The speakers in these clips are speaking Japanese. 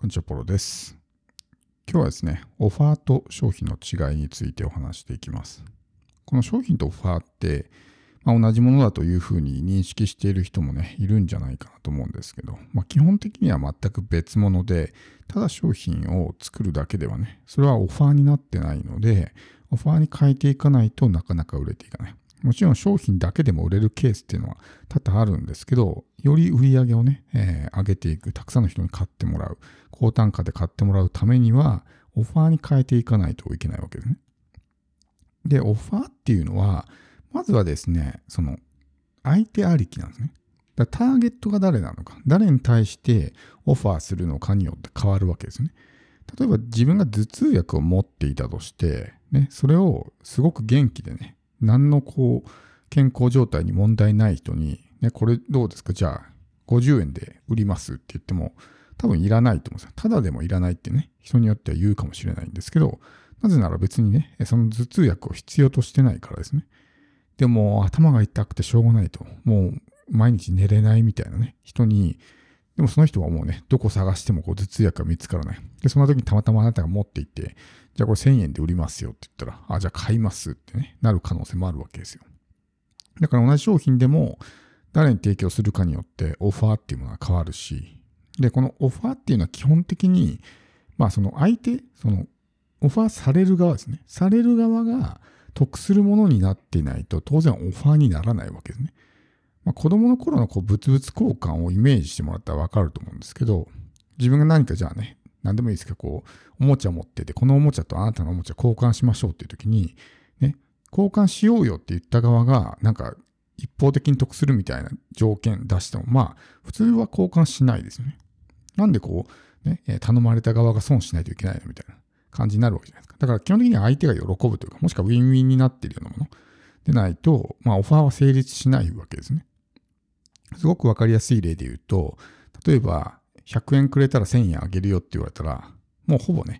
こんにちは、ポロです。今日はですね、オファーと商品の違いについてお話していきます。この商品とオファーって、同じものだというふうに認識している人もね、いるんじゃないかなと思うんですけど、基本的には全く別物で、ただ商品を作るだけではね、それはオファーになってないので、オファーに変えていかないとなかなか売れていかない。もちろん商品だけでも売れるケースっていうのは多々あるんですけど、より売り上げをね、上げていく、たくさんの人に買ってもらう、高単価で買ってもらうためには、オファーに変えていかないといけないわけですね。で、オファーっていうのは、まずはですね、その相手ありきなんですね。ターゲットが誰なのか、誰に対してオファーするのかによって変わるわけですね。例えば自分が頭痛薬を持っていたとして、ね、それをすごく元気でね、何の健康状態に問題ない人に、ね、これどうですか、じゃあ50円で売りますって言っても、多分いらないと思うんですよ。ただでもいらないってね、人によっては言うかもしれないんですけど、なぜなら別にね、その頭痛薬を必要としてないからですね。でも頭が痛くてしょうがないと、もう毎日寝れないみたいなね、人に、でもその人はもうね、どこ探しても頭痛薬が見つからない。で、その時にたまたまあなたが持っていって、じゃあこれ1000円で売りますよって言ったら、じゃあ買いますってね、なる可能性もあるわけですよ。だから同じ商品でも、誰に提供するかによってオファーっていうものは変わるし、で、このオファーっていうのは基本的に、その相手、そのオファーされる側ですね。される側が得するものになっていないと当然オファーにならないわけですね。子供の頃の物々交換をイメージしてもらったらわかると思うんですけど、自分が何かじゃあね、何でもいいですけど、おもちゃ持ってて、このおもちゃとあなたのおもちゃ交換しましょうっていう時に、ね、交換しようよって言った側が、なんか一方的に得するみたいな条件出しても、普通は交換しないですよね。なんで頼まれた側が損しないといけないのみたいな感じになるわけじゃないですか。だから基本的には相手が喜ぶというか、もしくはウィンウィンになっているようなものでないと、オファーは成立しないわけですね。すごくわかりやすい例で言うと、例えば100円くれたら1000円あげるよって言われたら、もうほぼ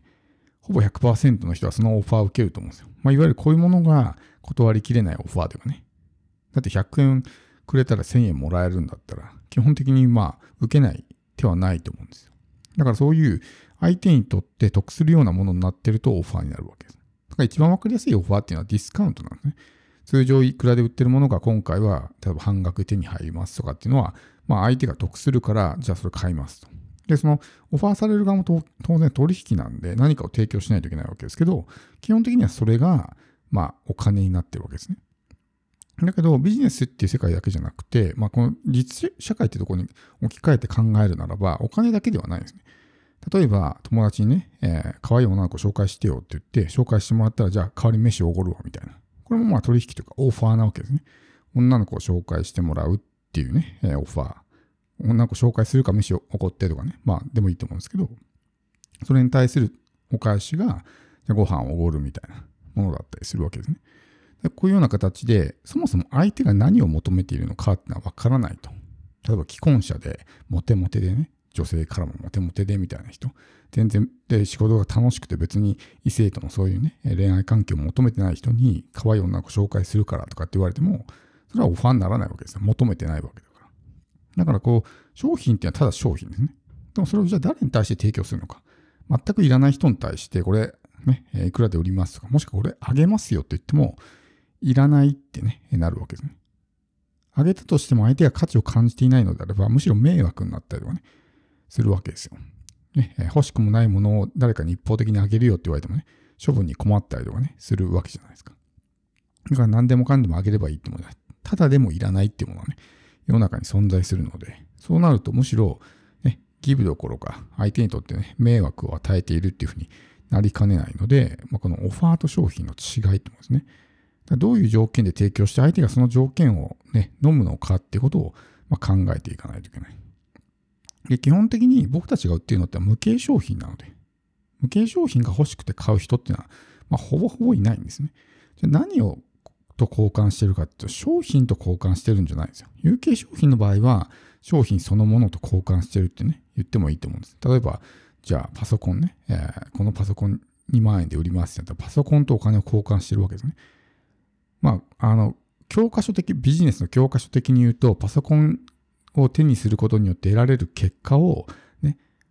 100% の人はそのオファーを受けると思うんですよ。いわゆるこういうものが断りきれないオファーというかね。だって100円くれたら1000円もらえるんだったら、基本的に受けない手はないと思うんですよ。だからそういう相手にとって得するようなものになってるとオファーになるわけです。だから一番わかりやすいオファーっていうのはディスカウントなんですね。通常いくらで売ってるものが今回は例えば半額手に入りますとかっていうのは、相手が得するから、じゃあそれ買いますと。で、そのオファーされる側も当然取引なんで何かを提供しないといけないわけですけど、基本的にはそれがお金になってるわけですね。だけどビジネスっていう世界だけじゃなくて、この実社会っていうところに置き換えて考えるならば、お金だけではないですね。例えば友達にね、可愛い女の子紹介してよって言って紹介してもらったら、じゃあ代わりに飯をおごるわみたいな。これも取引というかオファーなわけですね。女の子を紹介してもらうっていうね、オファー。女の子紹介するか飯をおごってとかね。でもいいと思うんですけど、それに対するお返しが、ご飯をおごるみたいなものだったりするわけですね。こういうような形で、そもそも相手が何を求めているのかっていうのは分からないと。例えば既婚者でモテモテでね、女性からもモテモテでみたいな人、全然で仕事が楽しくて別に異性とのそういうね、恋愛関係を求めてない人に可愛い女の子紹介するからとかって言われても、それはオファーにならないわけですよ。求めてないわけだから。だから商品っていうのはただ商品ですね。でもそれをじゃあ誰に対して提供するのか。全くいらない人に対してこれね、いくらで売りますとか、もしくはこれあげますよって言っても、いらないってね、なるわけですね。あげたとしても相手が価値を感じていないのであれば、むしろ迷惑になったりとかね、するわけですよ。ね、欲しくもないものを誰かに一方的にあげるよって言われてもね、処分に困ったりとかね、するわけじゃないですか。だから何でもかんでもあげればいいってものは、ただでもいらないっていうものはね、世の中に存在するので、そうなるとむしろ、ね、ギブどころか、相手にとってね、迷惑を与えているっていうふうになりかねないので、このオファーと商品の違いってことですね。どういう条件で提供して相手がその条件をね、飲むのかっていうことを考えていかないといけない。で、基本的に僕たちが売っているのって無形商品なので、無形商品が欲しくて買う人っていうのは、ほぼほぼいないんですね。じゃあ何をと交換してるかっていうと、商品と交換してるんじゃないんですよ。有形商品の場合は、商品そのものと交換してるってね、言ってもいいと思うんです。例えば、じゃあパソコンね、このパソコン2万円で売りますって言ったら、パソコンとお金を交換してるわけですね。教科書的、ビジネスの教科書的に言うと、パソコンを手にすることによって得られる結果を、ね、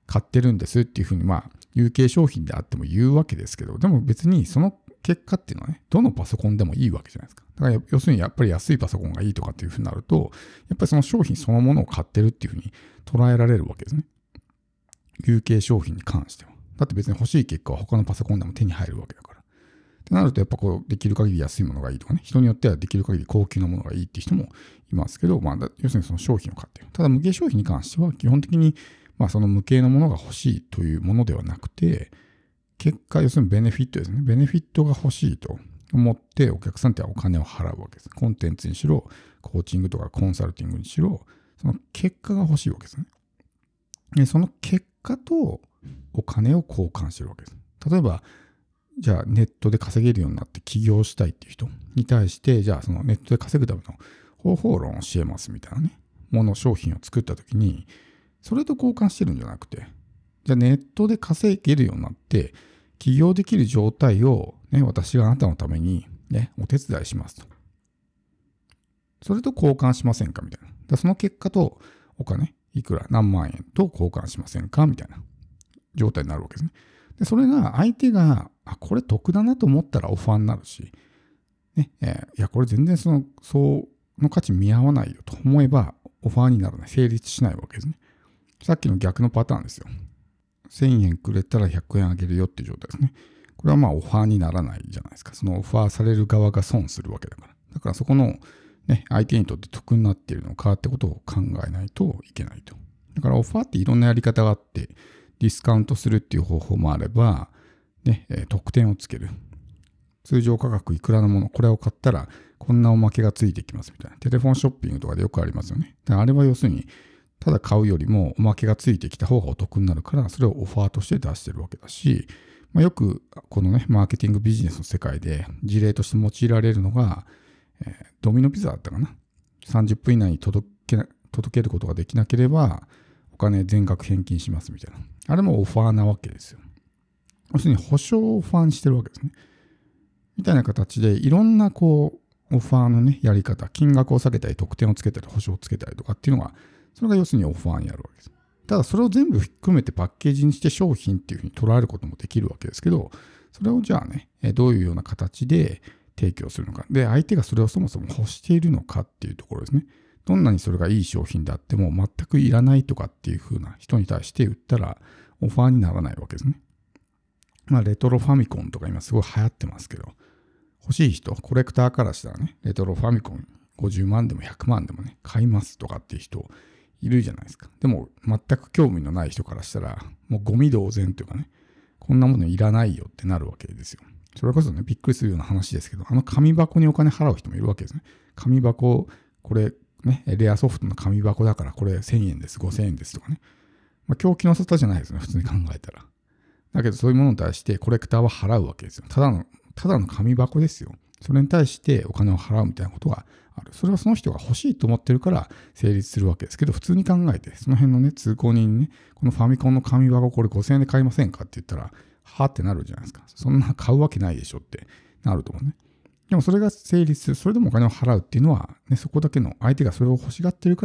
買ってるんですっていうふうに有形商品であっても言うわけですけど、でも別にその結果っていうのはね、どのパソコンでもいいわけじゃないですか。だから要するにやっぱり安いパソコンがいいとかっていうふうになると、やっぱりその商品そのものを買ってるっていうふうに捉えられるわけですね。有形商品に関しては。だって別に欲しい結果は他のパソコンでも手に入るわけだから。ってなるとやっぱできる限り安いものがいいとかね、人によってはできる限り高級なものがいいっていう人もいますけど、要するにその商品を買っている。ただ無形商品に関しては基本的にその無形のものが欲しいというものではなくて、結果、要するにベネフィットですね。ベネフィットが欲しいと思ってお客さんってお金を払うわけです。コンテンツにしろ、コーチングとかコンサルティングにしろ、その結果が欲しいわけですね。でその結果とお金を交換してるわけです。例えば、じゃあネットで稼げるようになって起業したいっていう人に対して、じゃあそのネットで稼ぐための方法論を教えますみたいなね、商品を作ったときに、それと交換してるんじゃなくて、じゃあネットで稼げるようになって、起業できる状態を、私があなたのために、お手伝いしますと。それと交換しませんかみたいな。その結果とお金、いくら何万円と交換しませんかみたいな状態になるわけですね。でそれが相手が、これ得だなと思ったらオファーになるし、いや、これ全然その価値見合わないよと思えば、オファーにならない、成立しないわけですね。さっきの逆のパターンですよ。1000円くれたら100円あげるよっていう状態ですね。これはオファーにならないじゃないですか。そのオファーされる側が損するわけだから。だからそこの、相手にとって得になっているのかってことを考えないといけないと。だからオファーっていろんなやり方があって、ディスカウントするっていう方法もあれば、特典をつける。通常価格いくらのもの、これを買ったらこんなおまけがついてきますみたいな。テレフォンショッピングとかでよくありますよね。だからあれは要するに、ただ買うよりもおまけがついてきた方がお得になるから、それをオファーとして出してるわけだし、よくこのマーケティングビジネスの世界で事例として用いられるのが、ドミノピザだったかな。30分以内に届けることができなければ、お金全額返金しますみたいな。あれもオファーなわけですよ。要するに保証をオファーにしてるわけですね。みたいな形でいろんなオファーのやり方、金額を下げたり、特典をつけたり、保証をつけたりとかっていうのが、それが要するにオファーになるわけです。ただそれを全部含めてパッケージにして商品っていうふうに捉えることもできるわけですけど、それをじゃあどういうような形で提供するのか。で、相手がそれをそもそも欲しているのかっていうところですね。どんなにそれがいい商品であっても全くいらないとかっていうふうな人に対して売ったらオファーにならないわけですね。レトロファミコンとか今すごい流行ってますけど、欲しい人、コレクターからしたらレトロファミコン50万でも100万でも買いますとかっていう人いるじゃないですか。でも全く興味のない人からしたら、もうゴミ同然というかこんなものいらないよってなるわけですよ。それこそびっくりするような話ですけど、紙箱にお金払う人もいるわけですね。紙箱、これレアソフトの紙箱だからこれ1000円です、5000円ですとか狂気の沙汰じゃないですね、普通に考えたら。だけどそういうものに対してコレクターは払うわけですよ。ただの紙箱ですよ。それに対してお金を払うみたいなことがある。それはその人が欲しいと思ってるから成立するわけですけど、普通に考えて、その辺の通行人にこのファミコンの紙箱これ5000円で買いませんかって言ったら、はってなるじゃないですか。そんな買うわけないでしょってなると思うね。でもそれが成立する。それでもお金を払うっていうのは、そこだけの相手がそれを欲しがってるから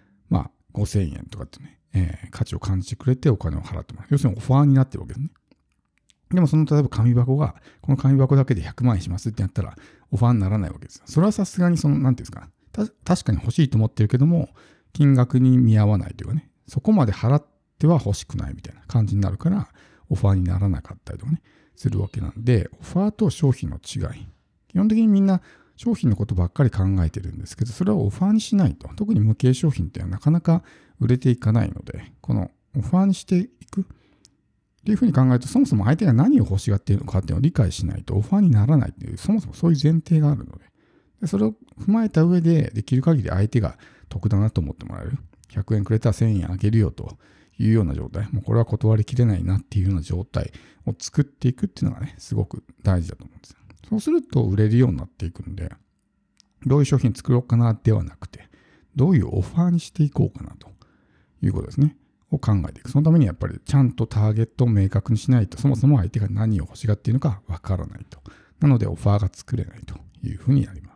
、5000円とかって価値を感じてくれてお金を払ってもらう。要するにオファーになってるわけですね。でも例えば紙箱が、この紙箱だけで100万円しますってやったら、オファーにならないわけですよ。それはさすがになんていうんですか、確かに欲しいと思ってるけども、金額に見合わないというかそこまで払っては欲しくないみたいな感じになるから、オファーにならなかったりとかするわけなんで、オファーと商品の違い。基本的にみんな商品のことばっかり考えてるんですけど、それをオファーにしないと、特に無形商品ってなかなか売れていかないので、このオファーにしていくっていうふうに考えると、そもそも相手が何を欲しがっているのかっていうのを理解しないとオファーにならないっていう、そもそもそういう前提があるので、それを踏まえた上で、できる限り相手が得だなと思ってもらえる。100円くれたら1000円あげるよというような状態、もうこれは断りきれないなっていうような状態を作っていくっていうのがすごく大事だと思うんですよ。そうすると売れるようになっていくんで、どういう商品作ろうかなではなくて、どういうオファーにしていこうかなということですね。を考えていく。そのためにやっぱりちゃんとターゲットを明確にしないと、そもそも相手が何を欲しがっているのかわからないと。なのでオファーが作れないというふうになります。